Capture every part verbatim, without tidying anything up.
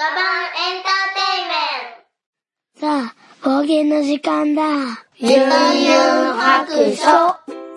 ガバンエンターテイメント。 さあ、方言の時間だ。 ゆんゆん白書。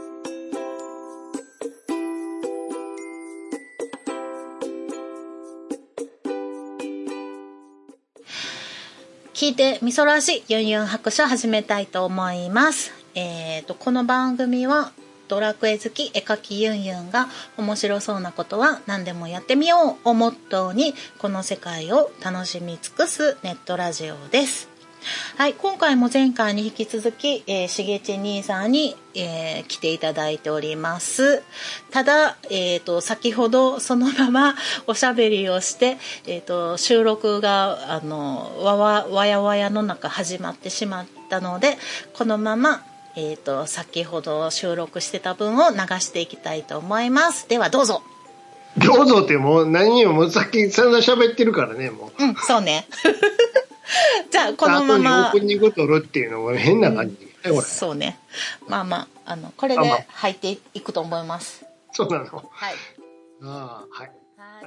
聞いてみそらしゆんゆん白書始めたいと思います。えーと、この番組はドラクエ好き絵描きゆんゆんが面白そうなことは何でもやってみようをモットーにこの世界を楽しみ尽くすネットラジオです。はい、今回も前回に引き続き、えー、しげち兄さんに、えー、来ていただいております。ただ、えーと、先ほどそのままおしゃべりをして、えーと、収録があのわわわやわやの中始まってしまったので、このままえーと、先ほど収録してた分を流していきたいと思います。ではどうぞ。 どうぞってもう何よ、もうさっき散々喋ってるからね、もう。 うん、そうね。じゃあこのまま。 オープニング取るっていうのも変な感じ、 うん、これ。そうね。まあまあ、あの、これで入っていくと思います。 そうなの。 はい。 ああ、はい。はい。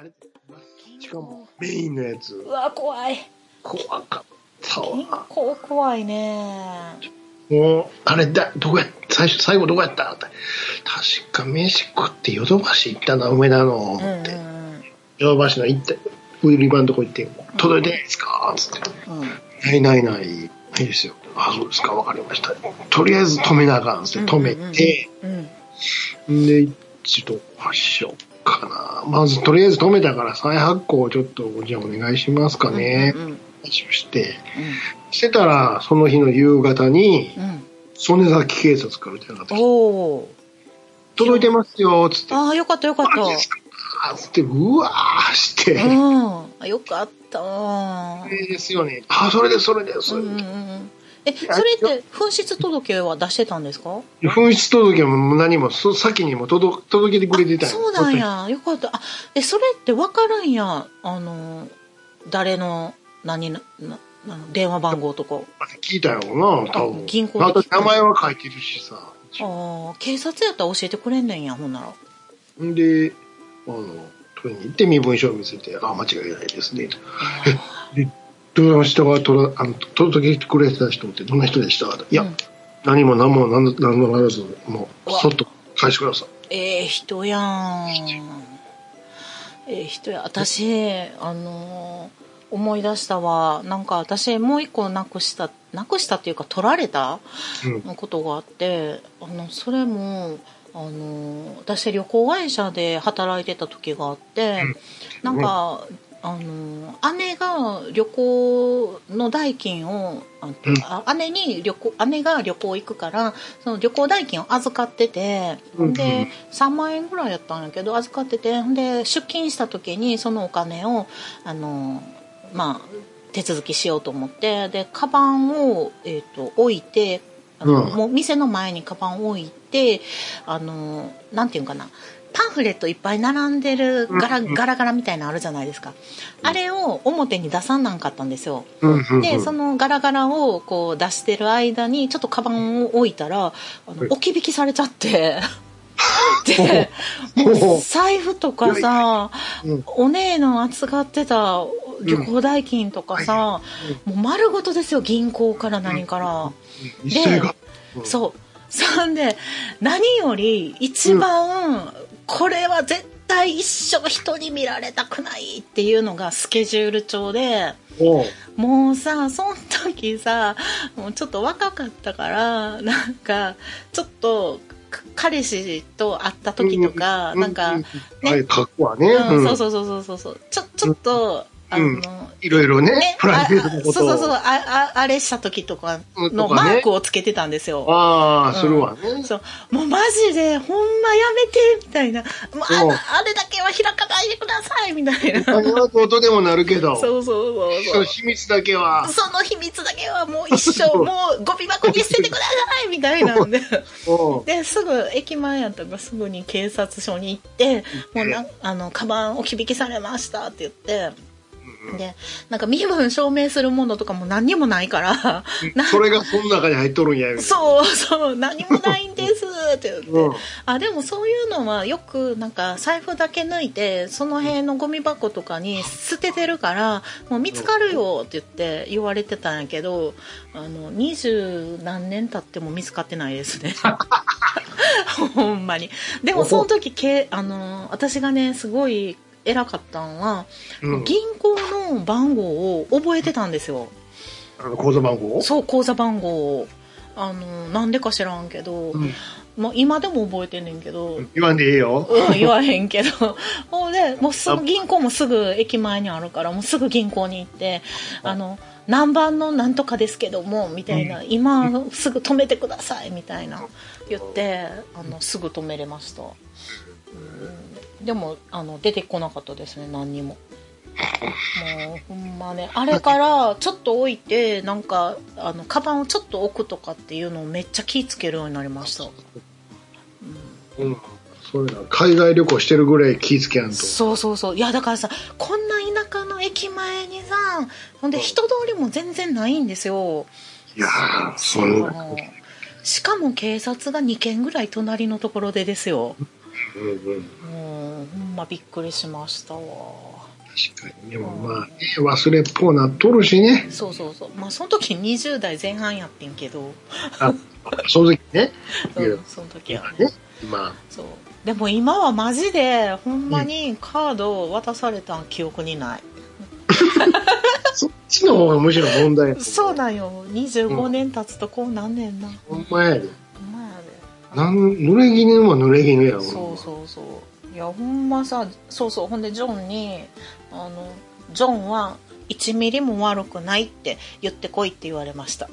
しかも、メインのやつ。 うわ、怖い。 怖かったわ。 結構怖いね。 もうあれだ、どこや最初最後どこやったって、確か飯食ってヨドバシ行ったな、梅田のって、うんうんうん、ヨドバシの行って売り場のとこ行って、うん、届いてないですかっつって、うん、ないないないないですよ。あ、そうですか、わかりました。とりあえず止めなあかんっつって止めて、うんうんうん、で一度発症かな、まずとりあえず止めたから再発行ちょっとじゃあお願いしますかね、うんうんうん、話をして、うん、してたらその日の夕方に、うん、曽根崎警察から電話が来て、お届いてますよつって、 ああよかったよかったつってうわーして、 うん、よかったそれですよね、あそれですそれです、うんうんうん、 えそれって紛失届は出してたんですか？ 紛失届は何も先にも 届, 届けてくれてたんや。 そうなんや、よかった。あえそれって分からんや、あの誰の何なな電話番号とか聞いたよな、多分銀行で名前は書いてるしさ。 あ警察やったら教えてくれんねんや、ほんなら。 んであの取りに行って身分証を見せて、あ間違いないですねと。でどう人がとらあの届けてくれてた人ってどんな人でした？いや、うん、何も何も何もならずもうそっと返してください。 ええー、人やん。ええー、人や。私あのー思い出したわ。なんか私もう一個なくしたなくしたっていうか取られたことがあって、うん、あのそれもあの私旅行会社で働いてた時があって、うん、なんか、うん、あの姉が旅行の代金をあ、うん、姉に旅行姉が旅行行くからその旅行代金を預かってて、うん、でさんまんえんぐらいやったんやけど預かってて、で出勤した時にそのお金をあのまあ、手続きしようと思って、でカバンを、えーと、置いてあの、うん、もう店の前にカバンを置いて、あのなんていうかな、パンフレットいっぱい並んでるガラ、うん、ガラガラみたいなのあるじゃないですか、うん、あれを表に出さなんかったんですよ、うん、でそのガラガラをこう出してる間にちょっとカバンを置いたらあの置き引きされちゃってでもう財布とかさ、お姉の扱ってた旅行代金とかさ、うん、もう丸ごとですよ、銀行から何から、うん、で、うん、そうそんで何より一番、うん、これは絶対一生人に見られたくないっていうのがスケジュール帳で、もうさその時さもうちょっと若かったからなんかちょっと彼氏と会った時とか、うん、なんかね、 はい、過去はね、 うん、そうそうそうそうそう、ちょちょっと、あの、うん、 いろいろね、ね、プライベートのことを、 そうそうそう、あああれした時とかのマークをつけてたんですよ。 ああ、するわね。 そう、もうマジでほんまやめてみたいな、もう あ, あれだけは開かないでくださいみたいな。 お金はことでもなるけど、 そうそうそうそう。 秘密だけは、 その秘密だけはもう一生もうゴミ箱に捨ててくださいみたいなんで、ですぐ駅前やったからすぐに警察署に行って、もうなあのカバン置き引きされましたって言って。 でなんか身分証明するものとかも何にもないからそれがその中に入っとるんやみたいな。 そうそう何もないんですって言って、 うん、 あでもそういうのはよくなんか財布だけ抜いてその辺のゴミ箱とかに捨ててるからもう見つかるよって言って言われてたんやけど、あの二十何年経っても見つかってないですねほんまに。でもその時けあの私がねすごい偉かったんは、うん、銀行の番号を覚えてたんですよ。 あの口座番号？ そう口座番号をあのなんでか知らんけど、うん、もう今でも覚えてんねんけど、 言わんでいいよ、 うん、言わへんけどほんでもうすぐ銀行もすぐ駅前にあるからもうすぐ銀行に行ってあの何番のなんとかですけどもみたいな、うん、今すぐ止めてくださいみたいな言ってあのすぐ止めれました。うん、でもあの出てこなかったですね何にも。もうほんまねあれからちょっと置いてなんかあのカバンをちょっと置くとかっていうのをめっちゃ気ぃつけるようになりました。 うん、うん、そういうの海外旅行してるぐらい気ぃつけやんと。 そうそうそういやだからさこんな田舎の駅前にさほんで人通りも全然ないんですよ。 いやーそんなしかも警察がにけんぐらい隣のところでですよ。 うんうん、 もうほんまびっくりしましたわ。 確かにでもまあ、ね、忘れっぽうなっとるしね。 そうそうそうまあその時にじゅう代前半やってんけどあその時ねうんその時はね、ねまあ、 そうでも今はマジでほんまにカードを渡された記憶にない、うん、 そっちの方がむしろ問題や。 そうなんよにじゅうごねん経つとこうなんねんな、うん、 ほんまやでほんまやでなん濡れ衣も濡れ衣やろ。 そうそうそういやほんまさそうそうほんでジョンにあのジョンはいちミリも悪くないって言ってこいって言われました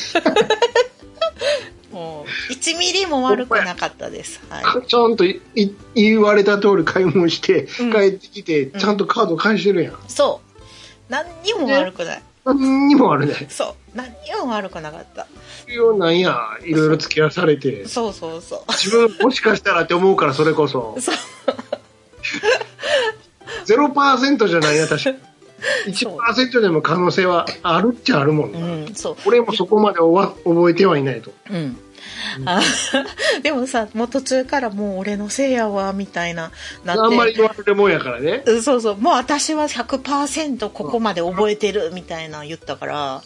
もういちミリも悪くなかったです、はい、 ちゃんとい言われた通り買い物して帰ってきて、うん、ちゃんとカード返してるやん、うん、 そう何にも悪くない、ね、 何にも悪ないそう何にも悪くなかったなんやいろいろ付き合わされてそうそうそう自分もしかしたらって思うからそれこそそうゼロパーセントじゃないな確かいちパーセントでも可能性はあるっちゃあるもんな、うん、そう俺もそこまで覚えてはいないと、うんうんあでもさもう途中からもう俺のせいやわみたいななってあんまり言われるもんやからね。 そうそうもう私は ひゃくパーセント ここまで覚えてるみたいな言ったから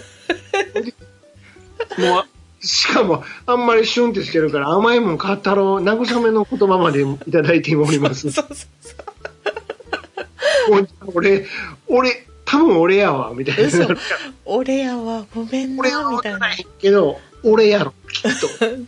もうしかもあんまりシュンってしてるから甘いもん買ったろう慰めの言葉までいただいております。そうそうそうもう俺俺多分俺やわみたいな俺やわごめんなみたいな。俺はないけど俺やろきっと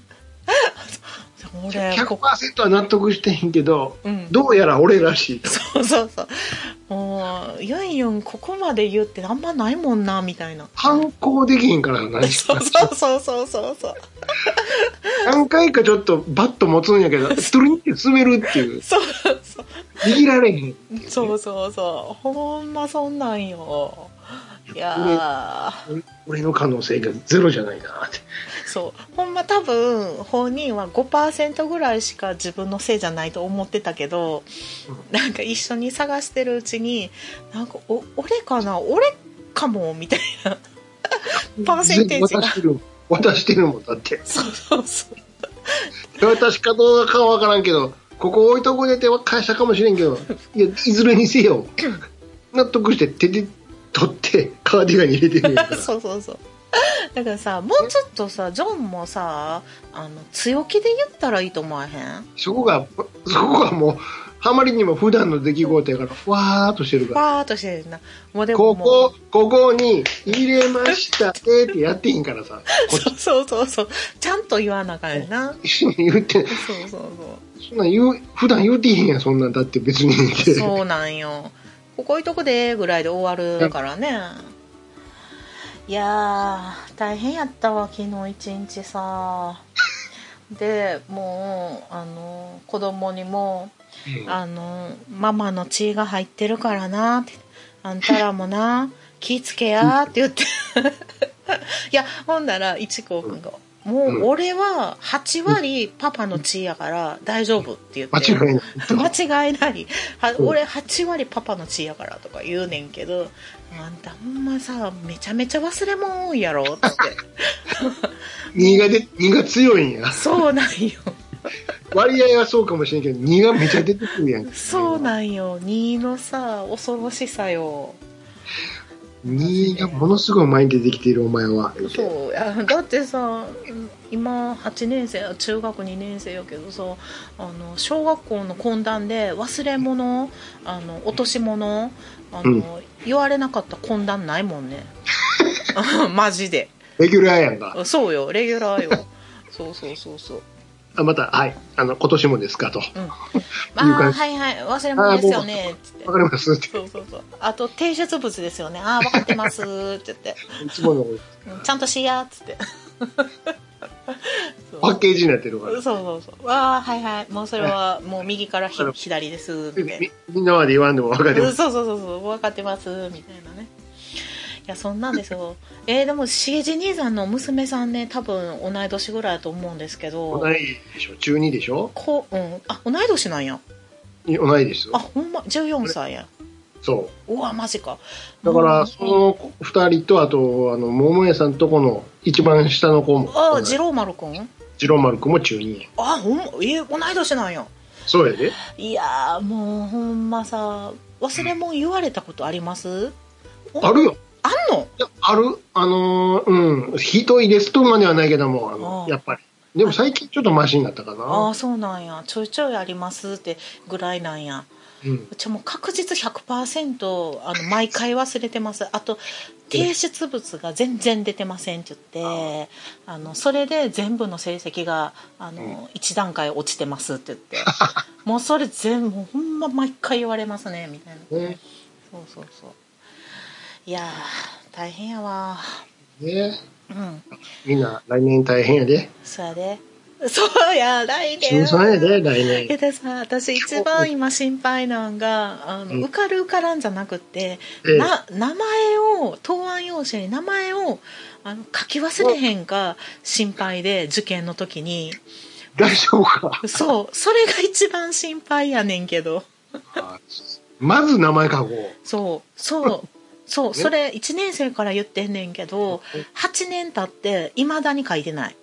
俺ひゃくパーセント は納得してへんけど、うん、どうやら俺らしいと。 そうそうそうもうユンユンここまで言うってあんまないもんなみたいな。 反抗できへんから何しそうそうそうそうそうそう何回かちょっとバット持つんやけどストリンって滑るっていうそうそう握られへん。 そうそうそうほんまそんなんよ。いや俺, 俺の可能性がゼロじゃないなって。 そうほんま多分本人は ごパーセント ぐらいしか自分のせいじゃないと思ってたけど、うん、なんか一緒に探してるうちになんかお俺かな俺かもみたいなパーセンテージが渡してる渡してるもんだって。 そうそうそう私かどうかは分からんけどここ置いとこでて返したかもしれんけどいやいずれにせよ納得して手で取ってカーディガンに入れてるからそうそうそうだからさもうちょっとさジョンもさあの強気で言ったらいいと思わへん。 そこがそこがもうあまりにも普段の出来事やからわーっとしてるからわーっとしてるな。もうでもここここに入れましたねってやっていいんからさそうそうそうそうちゃんと言わなあかんやな。 一緒に言ってそうそうそうそんなん言う普段言うてへんやんそんなんだって別にそうなんよここ置いとくでぐらいで終わるからね。いやー大変やったわ昨日一日さでもうあの子供にも、うん、あのママの血が入ってるからなってあんたらもな気ぃつけやって言っていやほんならいちこうくんがもう俺ははち割パパの血やから大丈夫って言って、 間違いない間違いないは俺はち割パパの血やからとか言うねんけど、あんたほんまさめちゃめちゃ忘れ物多いやろってにがでにが強いんや。 そうなんよ割合はそうかもしれんけどにがめちゃ出てくるやん。 そうなんよ、にのさ恐ろしさよ。 にがものすごい前に出てきているお前は。 そうやだってさ今はちねん生中学にねん生やけどさ、あの小学校の懇談で忘れ物あの落とし物あの、うん、言われなかった懇談ないもんねマジでレギュラーやんか。 そうよレギュラーよそうそうそうそう。 あまたはいあの今年もですかと、うん、 あはいはい忘れ物ですよねつってわかりますってそうそうそうあと提出物ですよねあ分かってますって言っていつものちゃんとしやっつってパッケージになってるからそうそうそうあはいはいもうそれはもう右から左ですみたいなみ, みんなまで言わんでも分かってますそうそうそうそう分かってますみたいなね。いやそんなんですよえー、でもしげじ兄さんの娘さんね多分同い年ぐらいだと思うんですけど。 同いでしょ中にでしょこ、うん、あ同い年なんや。 同いですよ。 あほんまじゅうよんさいや。 そううわマジか。 だからそのふたりとあとあの桃江さんとこの一番下の子もあ次郎丸くん次郎丸くんも中にあほんまえー、同い年なんや。 そうやで。 いやもうほんまさ忘れ物言われたことあります？ あるよ。 あんの？ いやあるあのー、うんひどいですとまではないけどもあのあやっぱりでも最近ちょっとマシになったかな。 ああそうなんやちょいちょいありますってぐらいなんや。うん、うちも確実 ひゃくパーセント あの毎回忘れてます。あと提出物が全然出てませんって言ってあのそれで全部の成績があのいち段階落ちてますって言ってもうそれ全部ほんま毎回言われますねみたいな、ね、そうそうそういや大変やわね、うん、みんな来年大変やで。 そうやでそうや来年そうやで来年。 でさ私一番今心配なんがあの、うん、受かる受からんじゃなくて、ええ、な名前を答案用紙に名前をあの書き忘れへんか心配で受験の時に。 大丈夫か。 そうそれが一番心配やねんけどまず名前書こう。 そうそうそう、それいちねん生から言ってんねんけどはちねん経っていまだに書いてない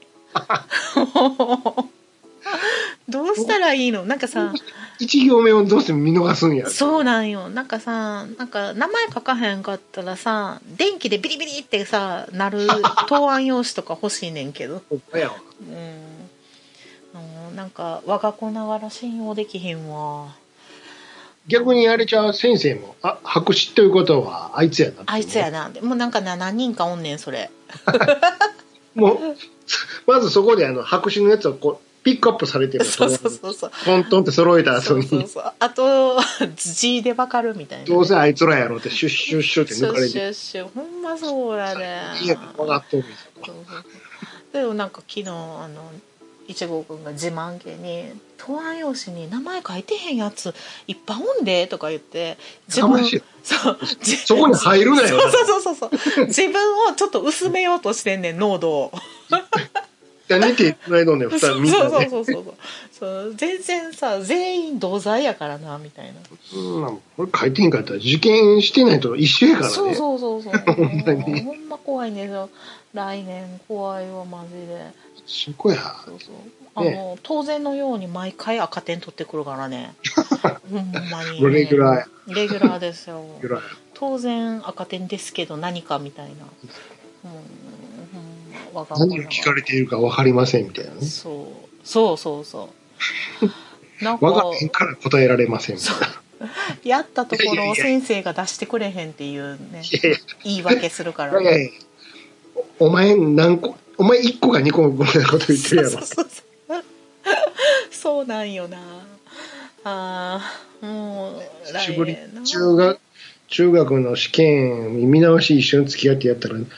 どうしたらいいのなんかさいち行目をどうしても見逃すんや。 そうなんよなんかさなんか名前書かへんかったらさ電気でビリビリってさなる答案用紙とか欲しいねんけどうんなんか我が子ながら信用できひんわ。 逆にあれちゃう先生もあ白紙ということはあいつやなあいつやなもうなんか何人かおんねんそれもうまずそこであの白紙のやつをこうピックアップされてるそうそうそうそうトントンって揃えた後にそうそうそうあと字でわかるみたいな、ね、 どうせあいつらやろってシュッシュッシュって抜かれてシュッシュッシュほんまそうやねいや分かっとるんですよ。 でもなんか昨日あのいちごくんが自慢げに答案用紙に名前書いてへんやついっぱいおんでとか言って自分そうそこに入るなよそうそうそうそう自分をちょっと薄めようとしてんねん濃度を何て言うのねふたりみんなでそうそうそうそうそう全然さ全員同罪やからなみたいなうんこれ書いてへんかったら受験してないと一緒やからね。 そうそうそうそうほんまにほんま怖いんですよ来年怖いわマジで。 そこやそうそうあの、ね、当然のように毎回赤点取ってくるからねほんまに、ね、 レギュラーレギュラーですよ当然赤点ですけど何かみたいな、 うんうん、何を聞かれているか分かりませんみたいなね。 そうそうそうそうなんか分かへんから答えられませんみたいなやったところを先生が出してくれへんっていうね言い訳するから、ね、 いやいやお前何個お前いっこかにこぐらいのこと言ってるやろ。そうそうそうそうなんよなあもう来年な中学中学の試験見直し一緒に付き合ってやったら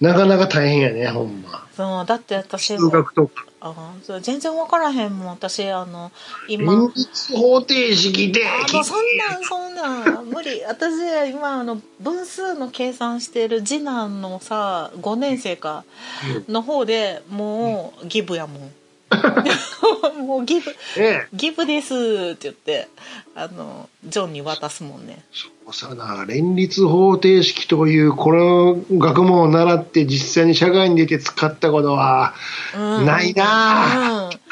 なかなか大変やね、ほんま。 そうだって私数学とか。 あそう全然分からへんもん私あの今連立方程式で。 あもうそんなんそんなん無理私今あの分数の計算してる次男のさごねん生かの方でもうギブやもんもうギブ、 ね、 ギブですって言ってあのジョンに渡すもんね。 そうさな、連立方程式というこの学問を習って実際に社会に出て使ったことはないなぁ、うんって、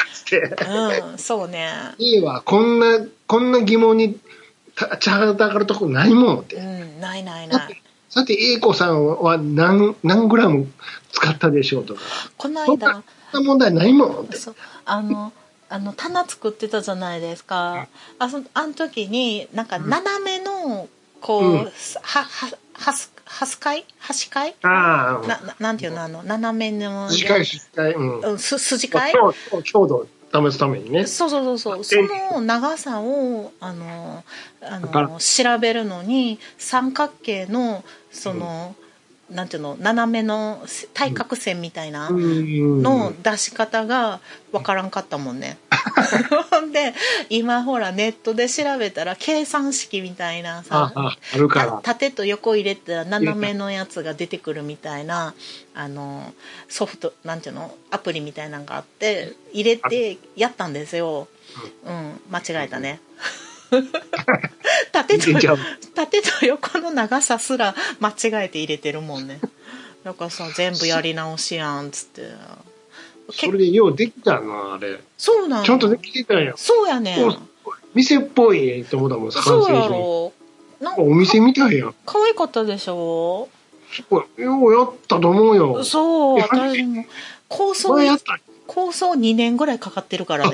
うん、そうね。 いいわ、こんなこんな疑問に立ちはだかるとこないもんって、 うん、ないないない。 さて A 子さんは何何グラム使ったでしょうとか、 この間そんな問題ないもんって。 そうあのあの棚作ってたじゃないですか。あそあの時になんか斜めのこう、うん、はははすはすかい端かいあなななんていうのあの斜めの筋かい筋かい、 うん、す筋かい強度を試すためにね。 そうそうそうそうその長さをあのあの調べるのに三角形のその、うん、なんていうの斜めの対角線みたいなの出し方がわからんかったもんね。で今ほらネットで調べたら計算式みたいなさあ, あ, あるから縦と横入れたら斜めのやつが出てくるみたいなあのソフトなんていうのアプリみたいなのがあって入れてやったんですよ。うん、間違えたね。縦と縦と横の長さすら間違えて入れてるもんね。だからさ全部やり直しやんっつって。 それでようできたなあれ。 そうなんちゃんとできてたんや。 そうやね。 店っぽいと思ったもん。 そうやろ。 なんかお店みたいやん。 可愛かったでしょ。 ようやったと思うよ。 そう私も構想構想にねんぐらいかかってるからね。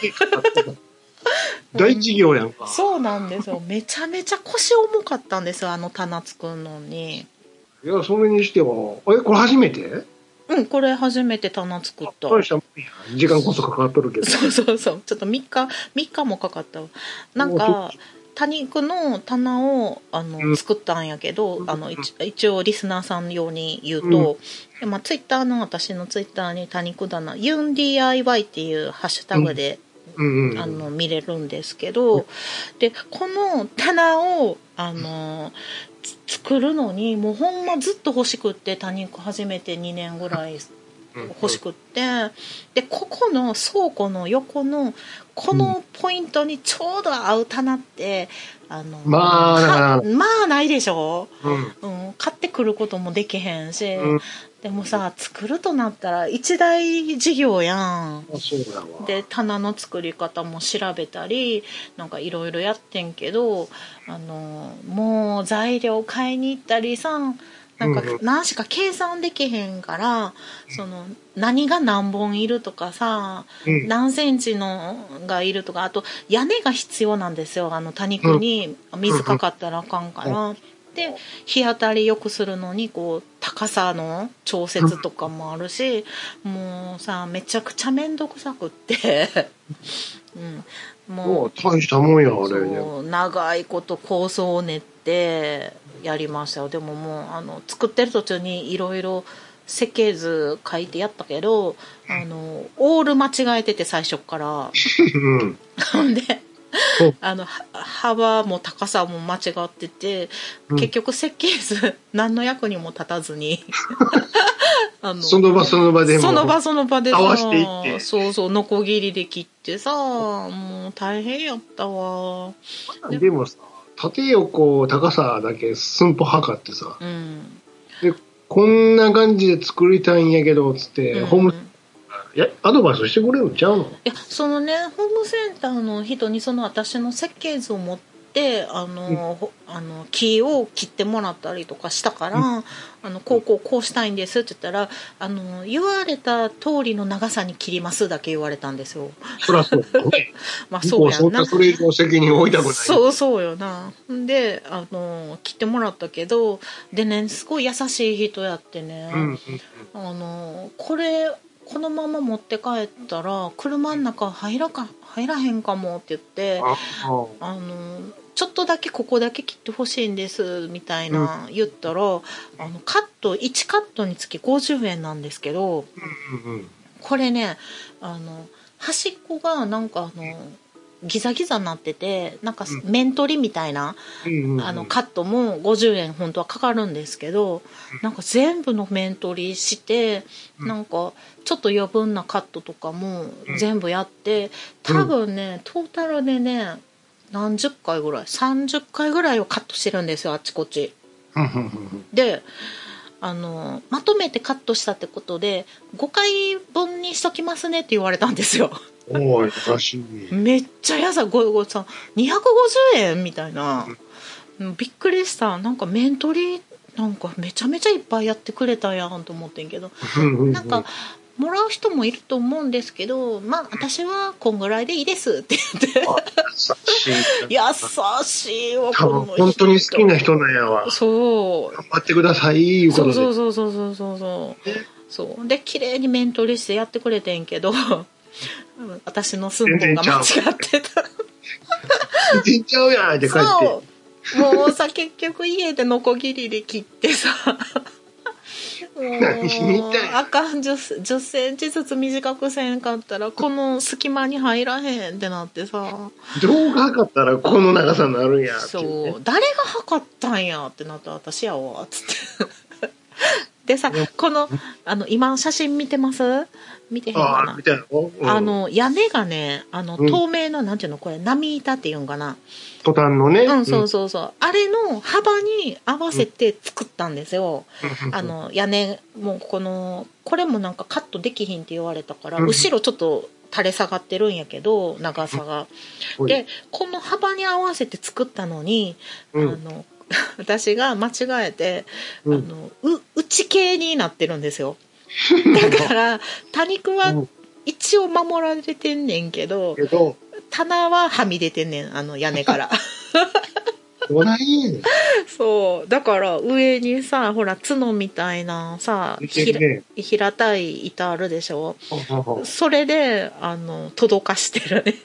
大事業やんか。 そうなんですよ。めちゃめちゃ腰重かったんですよあの棚作るのに。 いやそれにしてはえこれ初めて？ うんこれ初めて棚作った。 時間こそかかっとるけど。 そうそうそうちょっとみっかみっかもかかった。なんか多肉の棚をあの、うん、作ったんやけど、うん、あの一, 一応リスナーさん用に言うと、うん、まあ、ツイッターの私のツイッターに多肉棚ユン ディーアイワイ っていうハッシュタグで、うん、あの見れるんですけど、でこの棚をあの作るのにもうほんまずっと欲しくって多肉始めてにねんぐらい欲しくって、でここの倉庫の横のこのポイントにちょうど合う棚ってあのまあまあないでしょ、うんうん、買ってくることもできへんし、うん、でもさ作るとなったら一大事業やん。 そうだわ。 で棚の作り方も調べたりなんかいろいろやってんけどあのもう材料買いに行ったりさなんか何しか計算できへんから、うん、その何が何本いるとかさ、うん、何センチのがいるとかあと屋根が必要なんですよあの多肉に水かかったらあかんから、うん、で日当たり良くするのにこう高さの調節とかもあるし、うん、もうさめちゃくちゃ面倒くさくってうん、もう大したもんやあれそう長いこと構想を練ってやりましたよ。でももうあの作ってる途中にいろいろ設計図書いてやったけどあのオール間違えてて最初から、うん、であの幅も高さも間違ってて結局設計図何の役にも立たずにあのその場その場でもその場その場で合わせていってそうそうノコギリで切ってさもう大変やったわ。 で, でもさ縦横高さだけ寸法測ってさ、うん、でこんな感じで作りたいんやけどつって、うん、ホームいやアドバイスしてくれるんちゃうの？いやそのねホームセンターの人にその私の設計図を持ってあの、うん、あの木を切ってもらったりとかしたから、うん、あのこうこうこうしたいんですって言ったらあの言われた通りの長さに切りますだけ言われたんですよ。 そりゃそうだね。 まあそうやな。 それ以上責任を負いたくない。 そうそうよな。であの切ってもらったけどでねすごい優しい人やってね、うんうんうん、あのこれこのまま持って帰ったら車の中入らか入らへんかもって言ってあのちょっとだけここだけ切ってほしいんですみたいな言ったら、うん、あのカットいちカットにつきごじゅうえんなんですけど、うんうんうん、これねあの端っこがなんかあのギザギザになっててなんか面取りみたいな、うん、あのカットもごじゅうえん本当はかかるんですけど、なんか全部の面取りしてなんかちょっと余分なカットとかも全部やって多分ねトータルでね何十回ぐらいさんじゅっかいぐらいをカットしてるんですよ、あっちこっちであのまとめてカットしたってことでごかいぶんにしときますねって言われたんですよ。 おー優しい。 めっちゃ安い。ごごさんにひゃくごじゅうえんみたいな、うん、びっくりした。なんか面取りなんかめちゃめちゃいっぱいやってくれたやんと思ってんけどなんかもらう人もいると思うんですけど、まあ私はこんぐらいでいいですって言って優しいわ。 多分本当に好きな人なんやわ。 そう頑張ってくださいいうことで。 そうそうそうそうそうそうそうで綺麗に面取りしてやってくれてんけど私の寸法が間違ってた全然ちゃうやんって帰ってそうもうさ結局家でノコギリで切ってさもうあかん 10, じゅっセンチずつ短くせんかったらこの隙間に入らへんってなってさどう測ったらこの長さになるんやって、ね、 そう誰が測ったんやってなったら私やわっつってでさこのあの今写真見てます見てへんかな あ, うん、あの屋根がねあの透明の、うん、なんていうのこれ波板っていうんかなトタンのね、 うん、そうそうそう、うん、あれの幅に合わせて作ったんですよ、うん、あの屋根もこのこれもなんかカットできひんって言われたから、うん、後ろちょっと垂れ下がってるんやけど長さが、うん、でこの幅に合わせて作ったのに、うん、あの私が間違えて、うん、あのう内系になってるんですよ。だから多肉は一応守られてんねんけど、うん、棚ははみ出てんねんあの屋根からそうだから上にさほら角みたいなさ、ね、平たい板あるでしょそれであの届かしてるね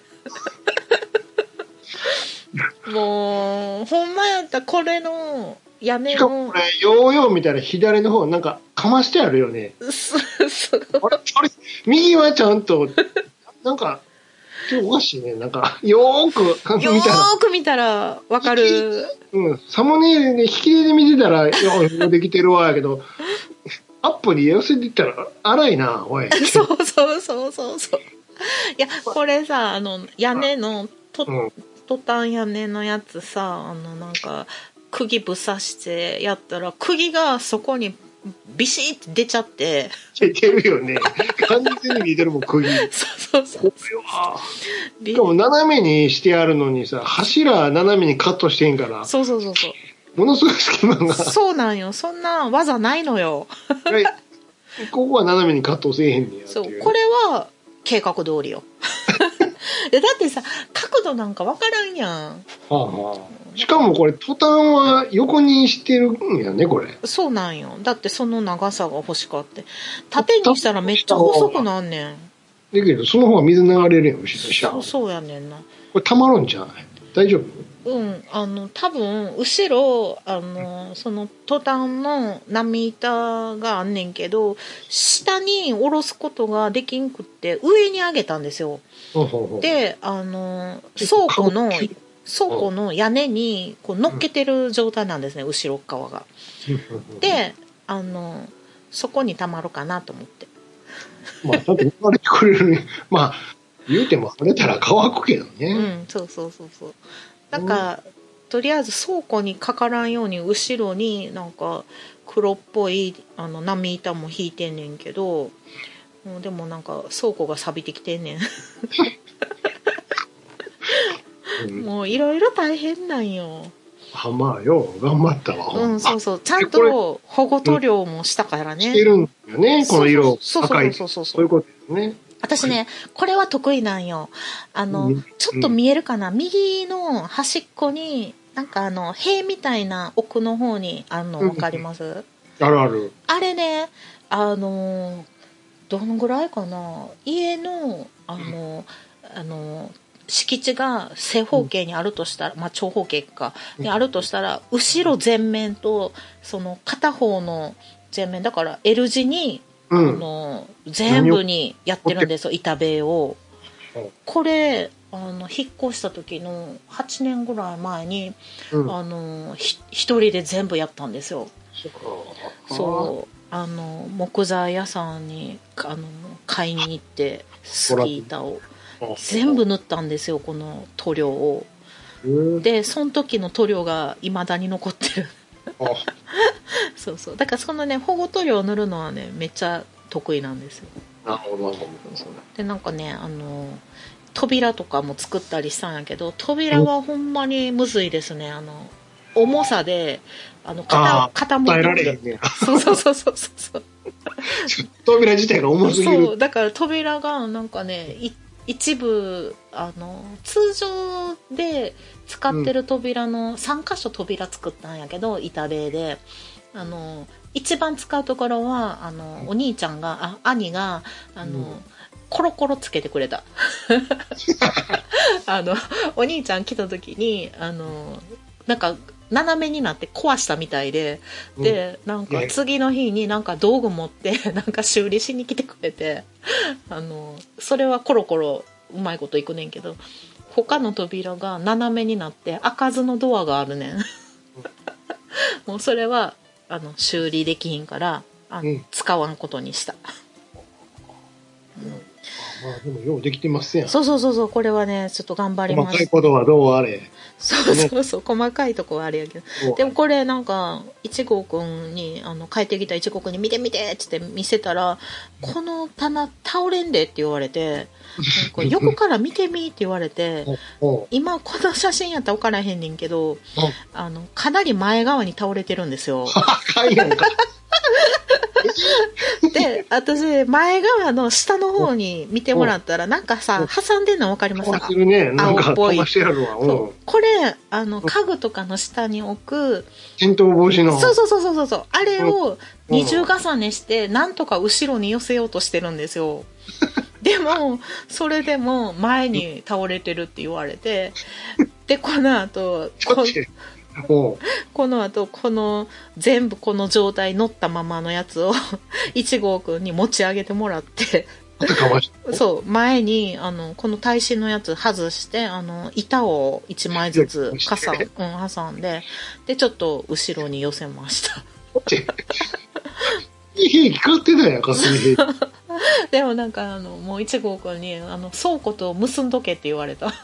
もうほんまやったらこれの屋根のしかもこれヨーヨー見たら左の方なんかかましてあるよねあれあれ右はちゃんとなんかおかしいねなんかよーくよーく見たらわかるうんサムネイルで引きで見てたらよーできてるわやけどアップに寄せていったら荒いなおいそうそうそうそうそういやこれさあの屋根のと、うんトタン屋根のやつさあのなんか釘ぶさしてやったら釘がそこにビシッて出ちゃって出てるよね完全に似てるもん釘そうそうそうこれはしかも斜めにしてあるのにさ柱斜めにカットしてんからそうそうそうそうものすごい隙間がそうなんよそんな技ないのよここは斜めにカットせえへんねやそうこれは計画通りよだってさ角度なんか分からんやん、はあはあ、しかもこれトタンは横にしてるんやねこれそうなんよだってその長さが欲しかって縦にしたらめっちゃ細くなんねんだけどその方が水流れるやん後ろそうそうやねんなこれたまるんじゃない大丈夫うんあの多分後ろあのそのトタンの波板があんねんけど下に下ろすことができんくって上に上げたんですよであの倉庫の倉庫の屋根にこう乗っけてる状態なんですね後ろ側がであのそこにたまるかなと思ってまあだって流れてくれるねまあ言うても晴れたら乾くけどねうんそうそうそうそうだからとりあえず倉庫にかからんように後ろになんか黒っぽいあの波板も引いてんねんけどもうでもなんか倉庫が錆びてきてんねんもういろいろ大変なんよはまあよ頑張ったわうんそうそうちゃんと保護塗料もしたからねしてるんよねこの色赤いそうそうそうそうそういうことですね私ねこれは得意なんよあの、うん、ちょっと見えるかな、うん、右の端っこになんかあの塀みたいな奥の方にあんの分かります、うん、 あるあるあれねあのどのぐらいかな家のあの、うん、あの敷地が正方形にあるとしたら、まあ長方形かにあるとしたら、後ろ全面とその片方の全面だから L 字に、うん、あの全部にやってるんですよ、板塀を。これあの引っ越した時のはちねんぐらい前に、うん、あのひ一人で全部やったんですよ。そうあの木材屋さんにあの買いに行ってスキー板を全部塗ったんですよ、この塗料を。でその時の塗料がいまだに残ってるそうそう、だからそのね保護塗料を塗るのはねめっちゃ得意なんですよ。 なるほど。 でなんかねあの扉とかも作ったりしたんやけど、扉はほんまにむずいですね。あの重さであの傾傾いてくる。そうそうそうそうそう扉自体が重すぎる。 そうだから扉がなんかね一部あの通常で使ってる扉のさん箇所扉作ったんやけど、板塀であの一番使うところはあのお兄ちゃんがあ兄があの、うん、コロコロつけてくれたあのお兄ちゃん来た時にあのなんか斜めになって壊したみたいで、でなんか次の日になんか道具持ってなんか修理しに来てくれて、あのそれはコロコロうまいこといくねんけど、他の扉が斜めになって開かずのドアがあるねんもうそれはあの修理できひんからあの、うん、使わんことにした。 うん、まあでもようできてますやん。 そうそうそうそう、これはねちょっと頑張りました。 細かいことはどうあれ。 そうそうそう、細かいとこはあれやけど、でもこれなんかいちごくんにあの帰ってきたいちごくんに見て見てって言って見せたら、この棚倒れんでって言われてなんか横から見てみって言われて今この写真やったら分からへんねんけど、あのかなり前側に倒れてるんですよで私前側の下の方に見てもらったらなんかさ挟んでんの分かりますか？青っぽい。そうこれあの家具とかの下に置く転倒防止のそうそうそうそうそうあれを二重重ねしてなんとか後ろに寄せようとしてるんですよでもそれでも前に倒れてるって言われてでこの後ここの後この全部この状態乗ったままのやつをいちごくんに持ち上げてもらってそう前にあのこの耐震のやつ外してあの板をいちまいずつ傘、うん、挟んででちょっと後ろに寄せました兵器買ってたやんか水兵器でもなんかあのもういちごくんにあの倉庫と結んどけって言われた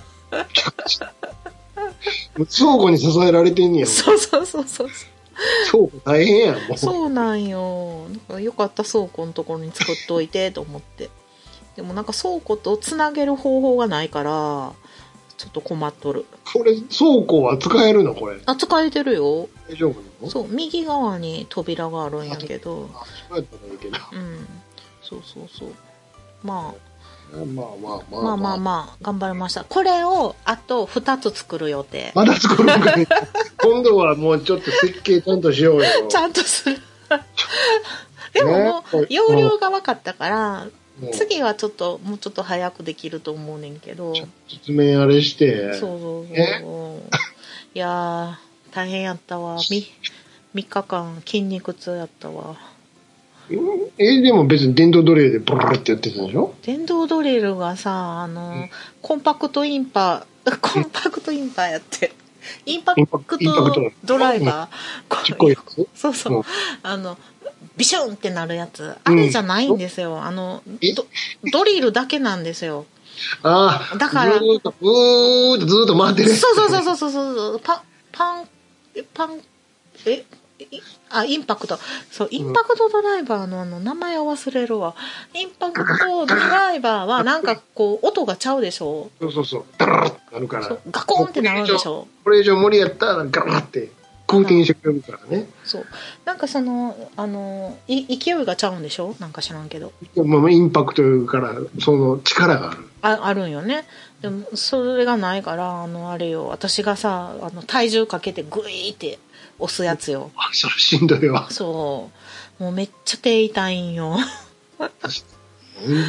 倉庫に支えられてんねや。 そうそうそうそう倉庫大変やんもう。 そうなんよ。だからよかった倉庫のところに作っといてと思ってでもなんか倉庫とつなげる方法がないからちょっと困っとる。 これ倉庫は使えるのこれ？ あ使えてるよ。 大丈夫なの？ そう右側に扉があるんやけどあそうやったらいいけどうんそうそうそうまあまあまあまあまあまあまあ頑張りました。これをあとふたつ作る予定。 まだ作るのかい今度はもうちょっと設計ちゃんとしようよちゃんとするでももう容量が分かったから次はちょっともうちょっと早くできると思うねんけど説明あれしてそうそうそういやー大変やったわ 3, 3日間筋肉痛やったわ。 えでも別に電動ドリルでブルルってやってたでしょ？ 電動ドリルがさあの、うん、コンパクトインパコンパクトインパやってインパクトドライバー、うん、そうそう、うん、あのビシュンってなるやつあれじゃないんですよ、うん、あの ド, ドリルだけなんですよ。 ああだからずーっとずーっと回ってる。 そうそうそうそうそうそうパパンパンえあインパクトそうインパクトドライバーのあの名前を忘れるわ。インパクトドライバーはなんかこう音がちゃうでしょ。 そうそうそうダラッってなるからガコンってなるでしょ。 これ以上無理やったらガラッって空転してくれるからね。 そうなんかそのあのい勢いがちゃうんでしょなんか知らんけど、 まあ、インパクトからその力があるあ, あるんよね。でもそれがないからあのあれよ私がさあの体重かけてグイーって押すやつよ。 あそれしんどいわ。 そうもうめっちゃ手痛いんよそ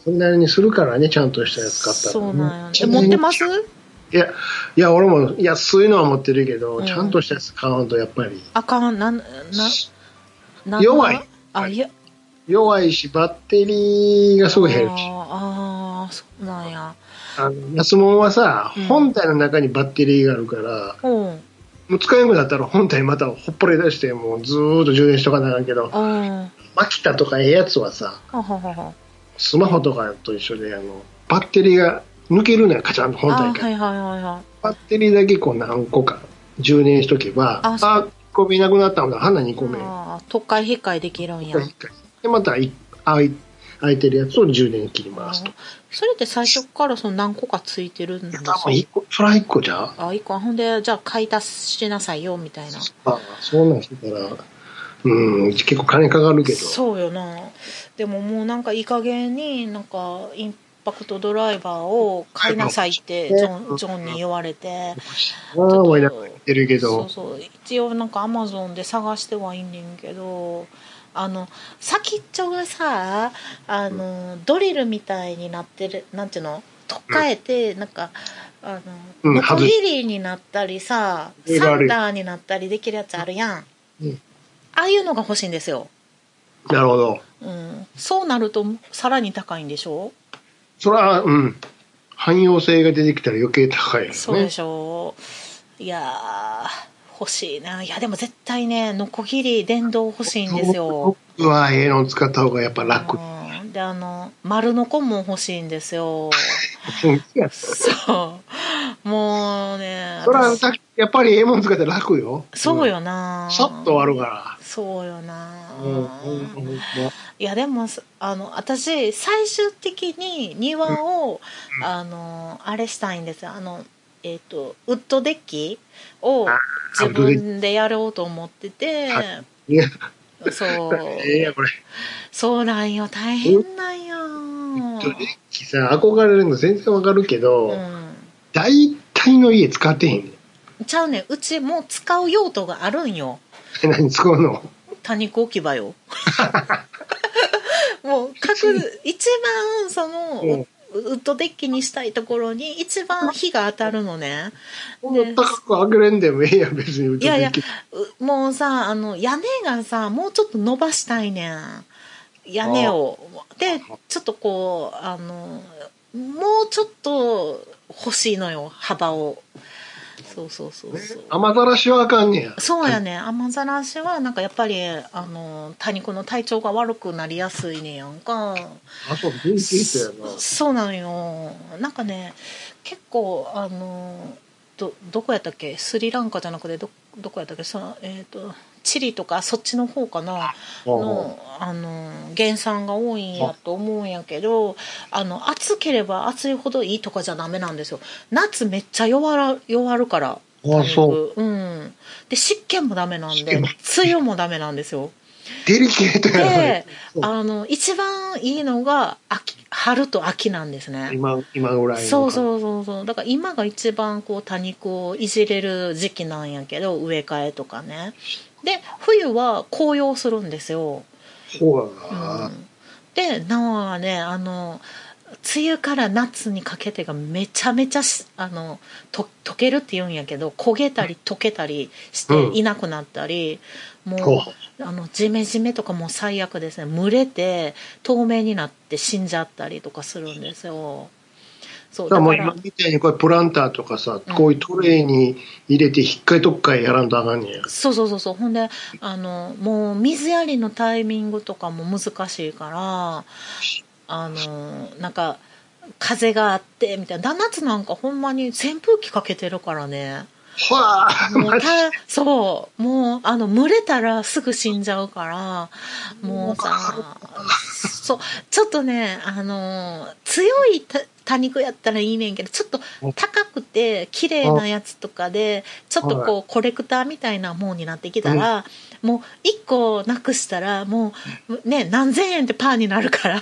それなりにするからね、ちゃんとしたやつ買ったら。 そうなんや。え、持ってます？ いや、いや、俺も安いのは持ってるけど、 うん、 ちゃんとしたやつ買わんとやっぱり。 あかん、なん、な、な弱い。 あ、いや。 弱いし、バッテリーがすごい減るし。 ああ、そうなんや。 あの、安物はさ、うん、本体の中にバッテリーがあるから、うん、もう使えなくなったら本体またほっぽれ出して、もうずーっと充電しとかなあかんけど、マキタとかええやつはさ、 はははスマホとかと一緒で、あの、バッテリーが抜けるのよ、カチャンと本体から。 はいはいはいはい。 バッテリーだけこう何個か充電しとけば、あ、あいっこめなくなったのだ、花にこめ。 ああ、特回引っ換えできるんや。 で、また空い空いてるやつを充電切りますと。 それって最初からその何個かついてるんですか？ 多分いっこ、それはいっこじゃあ、いっこ。ほんで、じゃあ買い足しなさいよ、みたいな。 ああ、そうなんしてたら、うん、結構金かかるけど。 そうよな。でももうなんかいい加減になんかインパクトドライバーを買いなさいってジョン、ジョンに言われて。 ああ、思いながら言ってるけど。 そうそう。一応なんかアマゾンで探してはいんねんけど、あの先っちょがさ、あの、うん、ドリルみたいになってる、なんていうの、取っ替えて、うん、なんかあのノコギリになったりさ、うん、サンダーになったりできるやつあるやん、うん、ああいうのが欲しいんですよ。 なるほど、 うん、そうなるとさらに高いんでしょ。 それは、うん、汎用性が出てきたら余計高いよね。 そうでしょ。いやー欲しいな。いやでも絶対ね、ノコギリ電動欲しいんですよ。 僕はええの使った方がやっぱ楽。 うん、であの丸ノコも欲しいんですよ。そうもうね。 それはやっぱりええもん使って楽よ。 そうよな。 さっと終わるから。 そうよな。 うんうんうん、 いやでもあの私最終的に庭を、うん、あのあれしたいんですよ。あのえーと、ウッドデッキを自分でやろうと思ってて、 いやそういやこれそうなんよ、大変なんよ。 ウッドデッキさ、憧れるの全然わかるけど、うん、大体の家使ってへんねん。 ちゃうねん、うちもう使う用途があるんよ。 何使うの？ 多肉置き場よ。もう各一番その、うん、ウッドデッキにしたいところに一番日が当たるのね。 高く上げれんでもええやん別にウッドデッキ。いやいやもうさ、あの屋根がさもうちょっと伸ばしたいねん、屋根を。でちょっとこうあのもうちょっと欲しいのよ、幅を。そうそうそうそう。 雨ざらしはあかんねや。 そうやね、雨ざらしはなんかやっぱりあの多肉の体調が悪くなりやすいねやんか。 あ、そう、元気そうやな。 そうなんよ。なんかね結構あのどどこやったっけ、スリランカじゃなくてどどこやったっけさ、えっとチリとかそっちの方かなのあの原産が多いんやと思うんやけど、あの暑ければ暑いほどいいとかじゃダメなんですよ。夏めっちゃ弱ら弱るから。 あ、そう。 うん。で湿気もダメなんで、梅雨もダメなんですよ。 デリケートやな。 で、あの一番いいのが秋、春と秋なんですね。 今今ぐらいの。 そうそうそうそう。だから今が一番こう多肉をいじれる時期なんやけど、植え替えとかね。で冬は紅葉するんですよ。 そうだな。 うん、でなおはね、あの梅雨から夏にかけてがめちゃめちゃあのと溶けるって言うんやけど、焦げたり溶けたりしていなくなったり、うん、もうあのジメジメとかも最悪ですね。蒸れて透明になって死んじゃったりとかするんですよ。 そうだからもう今みたいにこうプランターとかさ、うん、こういうトレーに入れてひっかいとっかいやらんとあかんねや。 そうそうそうそう。ほんであのもう水やりのタイミングとかも難しいから、あのなんか風があってみたいな。夏なんかほんまに扇風機かけてるからね。 はあ、 もうたそうもうあの蒸れたらすぐ死んじゃうから、もうさそうちょっとね、あの強い多肉やったらいいねんけど、ちょっと高くて綺麗なやつとかでちょっとこうコレクターみたいなもんになってきたら、もういっこなくしたらもうね何千円ってパーになるから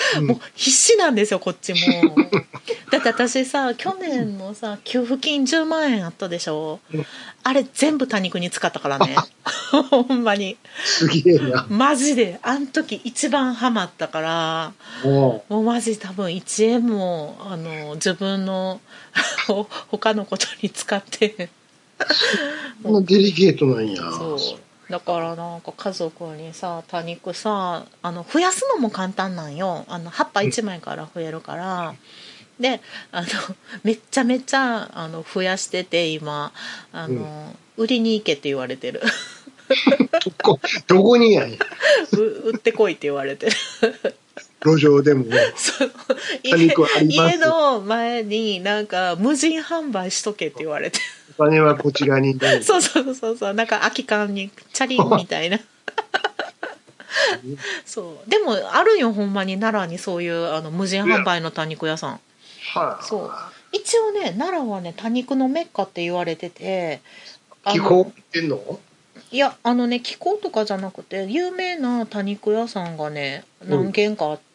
もう必死なんですよこっちも。だって私さ去年のさ給付金じゅうまんえんあったでしょ、うん、あれ全部多肉に使ったからねほんまにすげえなマジであん時一番ハマったからもうマジ多分いちえんもあの自分の他のことに使ってそんなデリケートなんや。 そうだからなんか家族にさ多肉さあの増やすのも簡単なんよ。あの葉っぱいちまいから増えるから、うん、であのめっちゃめちゃあの増やしてて今あの、うん、売りに行けって言われてるどこどこにやん売ってこいって言われてる路上でもそう家, 家の前になんか無人販売しとけって言われてお金はこちらにねそうそうそうそうなんか空き缶にチャリンみたいなそうでもあるよほんまに奈良にそういうあの無人販売の多肉屋さん、はい、そう一応ね奈良はね多肉のメッカって言われてて気候ってんのいやあのね気候とかじゃなくて有名な多肉屋さんがね何軒かあって、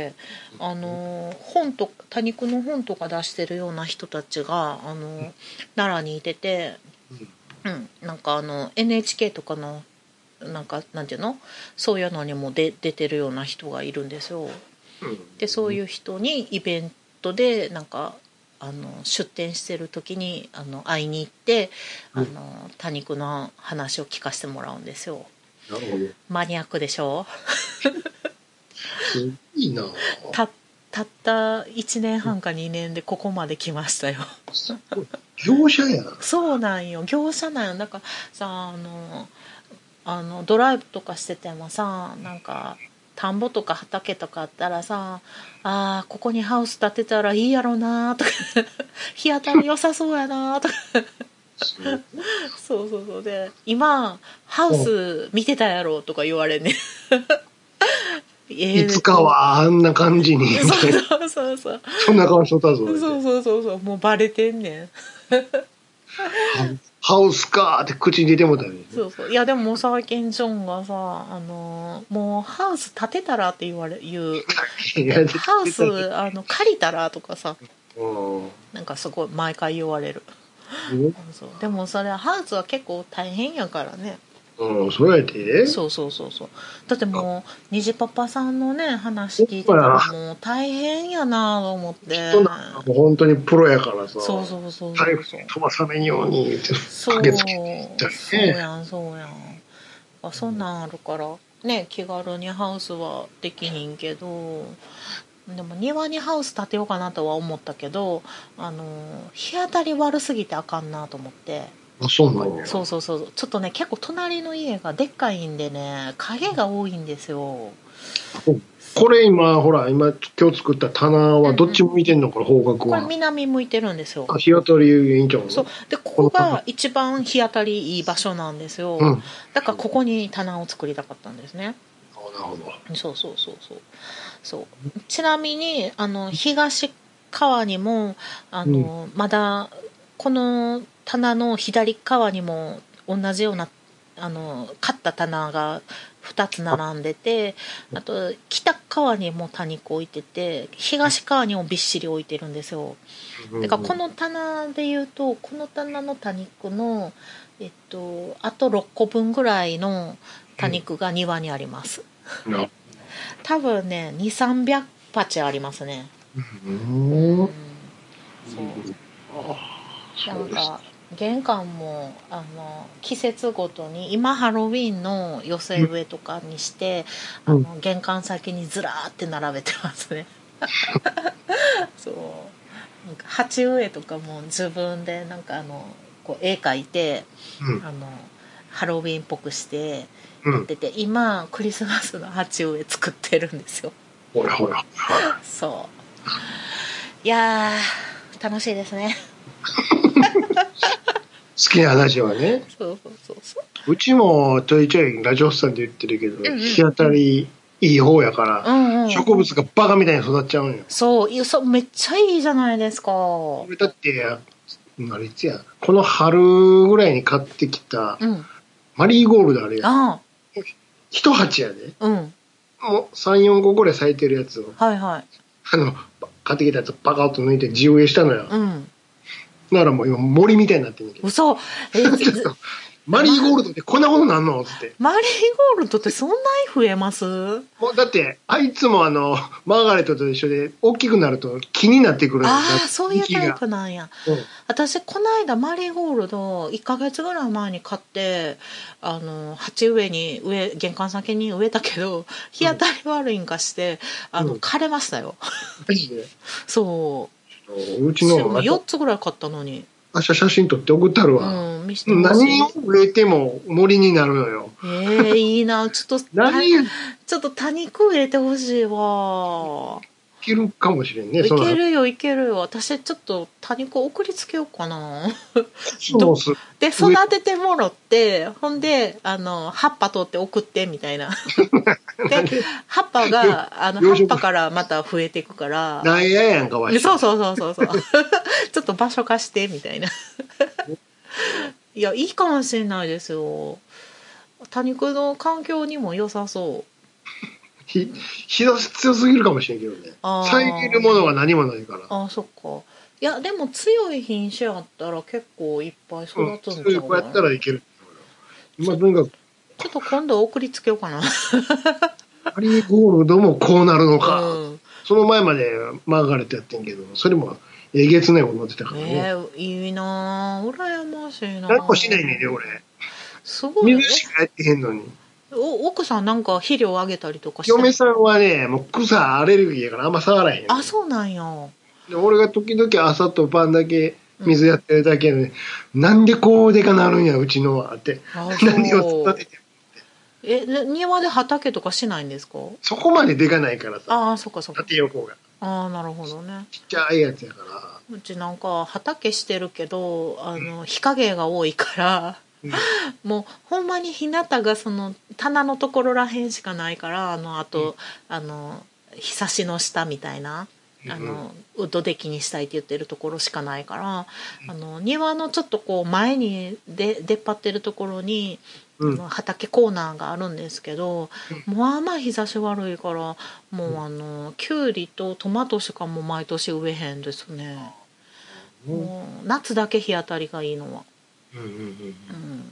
うん、あの本と多肉の本とか出してるような人たちがあの、うん、奈良にいてて、うん、なんかあの エヌエイチケー とかのなんかなんていうのそういうのにもで出てるような人がいるんですよ。でそういう人にイベントでなんかあの出店してる時にあの会いに行ってあの多肉の話を聞かせてもらうんですよ。 なるほど。 マニアックでしょすごいな。 た, たったいちねんはんかにねんでここまで来ましたよ業者やそうなんよ業者なんよ。だからさあのあのドライブとかしててもさなんか田んぼとか畑とかあったらさあーここにハウス建てたらいいやろなとか日当たり良さそうやなとかそうそうそうで今ハウス見てたやろとか言われんねいつかはあんな感じにそうそうそうそうそんな顔しとったぞそうそうそうそうもうバレてんねんハウスかーって口に出てもたよね。 そうそういやでももう最近ジョンがさあのもうハウス建てたらって言われ言うハウスあの借りたらとかさなんかすごい毎回言われる、うん、そうでもそれはハウスは結構大変やからね。 うん、そうやってそうそうそうそうだってもう虹パパさんのね話聞いてたらもう大変やなと思ってもう本当にプロやからさそうそうそうそう飛ばさないようにってそう駆けつけて、ね、 そうやんそうやんあそんなんあるからね気軽にハウスはできひんけどでも庭にハウス建てようかなとは思ったけどあの日当たり悪すぎてあかんなと思ってあそうなんやそうそうそうちょっとね結構隣の家がでっかいんでね影が多いんですよ。 これ今ほら今今日作った棚はどっち向いてんの、うんうん、これ方角はこれ南向いてるんですよ。 日当たりいいんちゃうの。 そうでここが一番日当たりいい場所なんですよ、うん、だからここに棚を作りたかったんですね。 なるほど。 そうそうそうそうそうちなみにあの東側にもあの、うん、まだこの棚の左側にも同じようなあの買った棚がふたつ並んでて あ, あと北側にも多肉置いてて東側にもびっしり置いてるんですよ。だからこの棚でいうとこの棚の多肉の、えっと、あとろっこぶんぐらいの多肉が庭にあります、うん、多分ねにせんさんびゃくパチありますね。うん、うん、そうなんか玄関もあの季節ごとに今ハロウィーンの寄せ植えとかにして、うん、あの玄関先にずらーって並べてますねそうなんか鉢植えとかも自分でなんかあのこう絵描いて、うん、あのハロウィーンっぽくしてやってて、うん、今クリスマスの鉢植え作ってるんですよ。 ほらほらそういやー楽しいですね好きな話はね。 そうそうそうそう。 うちもちょいちょいラジオスタンで言ってるけど、うんうん、日当たりいい方やから、うんうん、植物がバカみたいに育っちゃうんよ。 そう、そうめっちゃいいじゃないですか。 だってあれいつやこの春ぐらいに買ってきた、うん、マリーゴールドあれや。ああ一鉢やで。うん。 もうさん、よんこぐらい咲いてるやつを、 はいはい。 あの、買ってきたやつパカッと抜いて地植えしたのよ。 うん。 だからもう今森みたいになってんだけど。 嘘。えちょっとマリーゴールドってこんなことなんのつって。 マリーゴールドってそんなに増えます？ もうだって、あいつもあの、マーガレットと一緒で、大きくなると気になってくるんだ。 ああ、そういうタイプなんや。うん、私、この間マリーゴールド、いっかげつぐらい前に買って、あの、鉢植えに、上、玄関先に植えたけど、日当たり悪いんかして、うん、あの、枯れましたよ。 マジで？ そう。 うちの。 よっつぐらい買ったのに。 明日写真撮って送ったるわ。 うん、見せてほしい。 何を植えても森になるのよ。 ええー、いいな。ちょっと、何ちょっと多肉植えてほしいわ。 いけるかもしれんね。 いけるよ、いけるよ。私ちょっと多肉送りつけようかな。 そうす。 で、育ててもろって、ほんで、あの、葉っぱ取って送ってみたいな。で、葉っぱが、あの、葉っぱからまた増えていくから。 なんややんかわい。 そうそうそうそうそう。ちょっと場所貸してみたいな。いや、いいかもしれないですよ。多肉の環境にも良さそう。 日日差し強すぎるかもしれんけどね。遮るものが何もないから。 ああ、そっか。いや、でも強い品種やったら結構いっぱい育つんちゃうかな。 強い子やったらいける。まあ、とにかく。 ちょっと今度送りつけようかな。 マリーゴールドもこうなるのか。うん、その前までマーガレットやってんけど、それもえげつないことになってたからね。 えー、いいなぁ。羨ましいなぁ。 何もしないねんね、俺。 すごい、ね。 水しかやってへんのに。 お奥さんなんか肥料あげたりとかして。 嫁さんはね、もう草アレルギーやからあんま触らへん。 あ、そうなんや。 で俺が時々朝と晩だけ水やってるだけで、ね、うん、なんでこうでかなるんや、うちのはって。何を育ててえ、庭で畑とかしないんですか？ そこまででかないからさ。 ああ、そっかそっか。 縦横が。 ああ、なるほどね。 ちっちゃいやつやから。 うちなんか畑してるけど、あの、日陰が多いから、うん、もうほんまに日向がその棚のところらへんしかないから、あの、あと、うん、あの、日差しの下みたいな、あの、ウッドデッキにしたいって言ってるところしかないから、あの、庭のちょっとこう前にで出っ張ってるところに、うん、畑コーナーがあるんですけど、うん、もうあんま日差し悪いからもうあのキュウリとトマトしかもう毎年植えへんですね、うん、もう夏だけ日当たりがいいのは、うんうんうんうん、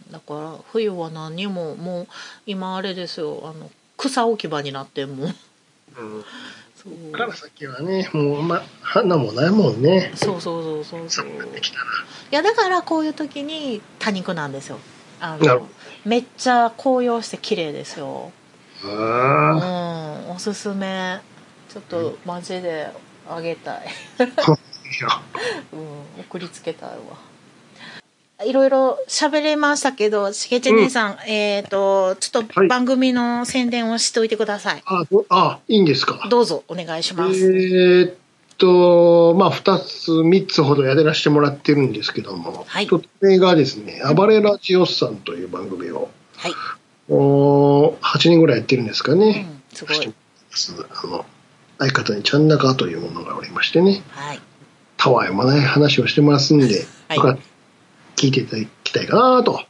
だから冬は何にももう今あれですよ、あの草置き場になってもう、うん、 そうから先はねもうま花もないもんね。 そうそうそうそうそう。いやだからこういう時に多肉なんですよ。あのめっちゃ紅葉して綺麗ですよ。あ、うん、おすすめ。ちょっとマジであげたい。うん、送りつけたいわ。いろいろ喋れましたけど、しげち兄さん、うん、えっ、ー、とちょっと番組の宣伝をしておいてください。 はい、あ、あ、いいんですか。 どうぞお願いします。 えー、っとまあふたつみっつほどやらせてもらってるんですけども、はい、ひとつめがですね、暴れラジオスさんという番組を、はい、おはちにんぐらいやってるんですかね。うん、すごい。あの相方にちゃんなかというものがおりましてね、はい、たわいもない話をしてますんで、はい、よかった聞いていただきたいかなと。はい、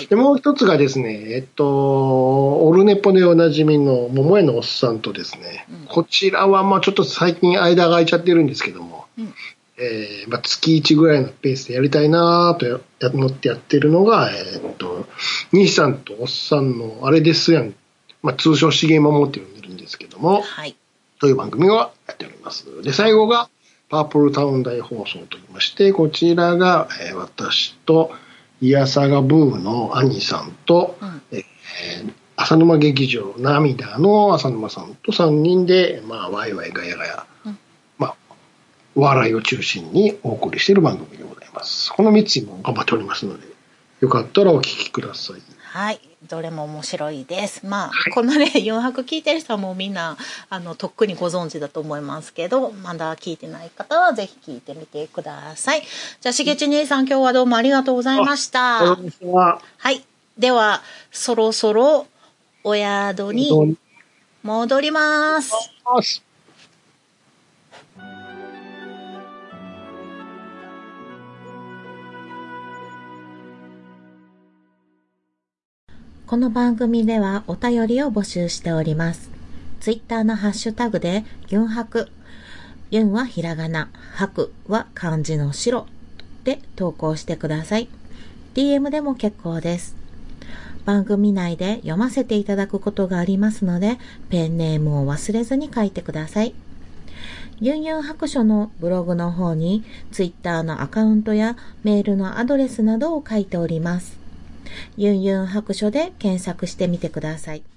でもう一つがですね、えっと、オルネポでおなじみの桃屋のおっさんとですね、うん、こちらはまあちょっと最近間が空いちゃってるんですけども、うん、えーまあ、月いちぐらいのペースでやりたいなと思ってやってるのが、えー、っと、兄さんとおっさんのあれですやん、まあ、通称しげまもって呼んでるんですけども、はい、という番組をやっております。で、最後が、パープルタウン大放送といいまして、こちらが、えー、私と、イヤサガブーの兄さんと、うん、えー、浅沼劇場涙の浅沼さんとさんにんで、まあ、ワイワイガヤガヤ、うん、まあ、笑いを中心にお送りしている番組でございます。このみっつも頑張っておりますので、よかったらお聞きください。 はい。どれも面白いです。まあ、はい、このね、よんはく聞いてる人はもうみんな、あの、とっくにご存知だと思いますけど、まだ聞いてない方はぜひ聞いてみてください。じゃあ、しげち兄さん、今日はどうもありがとうございました。はい。では、そろそろお宿に戻ります。この番組ではお便りを募集しております。 ツイッターのハッシュタグでユンハク、ユンはひらがな、ハクは漢字の白で投稿してください。ディーエム でも結構です。番組内で読ませていただくことがありますので、ペンネームを忘れずに書いてください。ユンユン白書のブログの方にツイッターのアカウントやメールのアドレスなどを書いております。ユンユン白書で検索してみてください。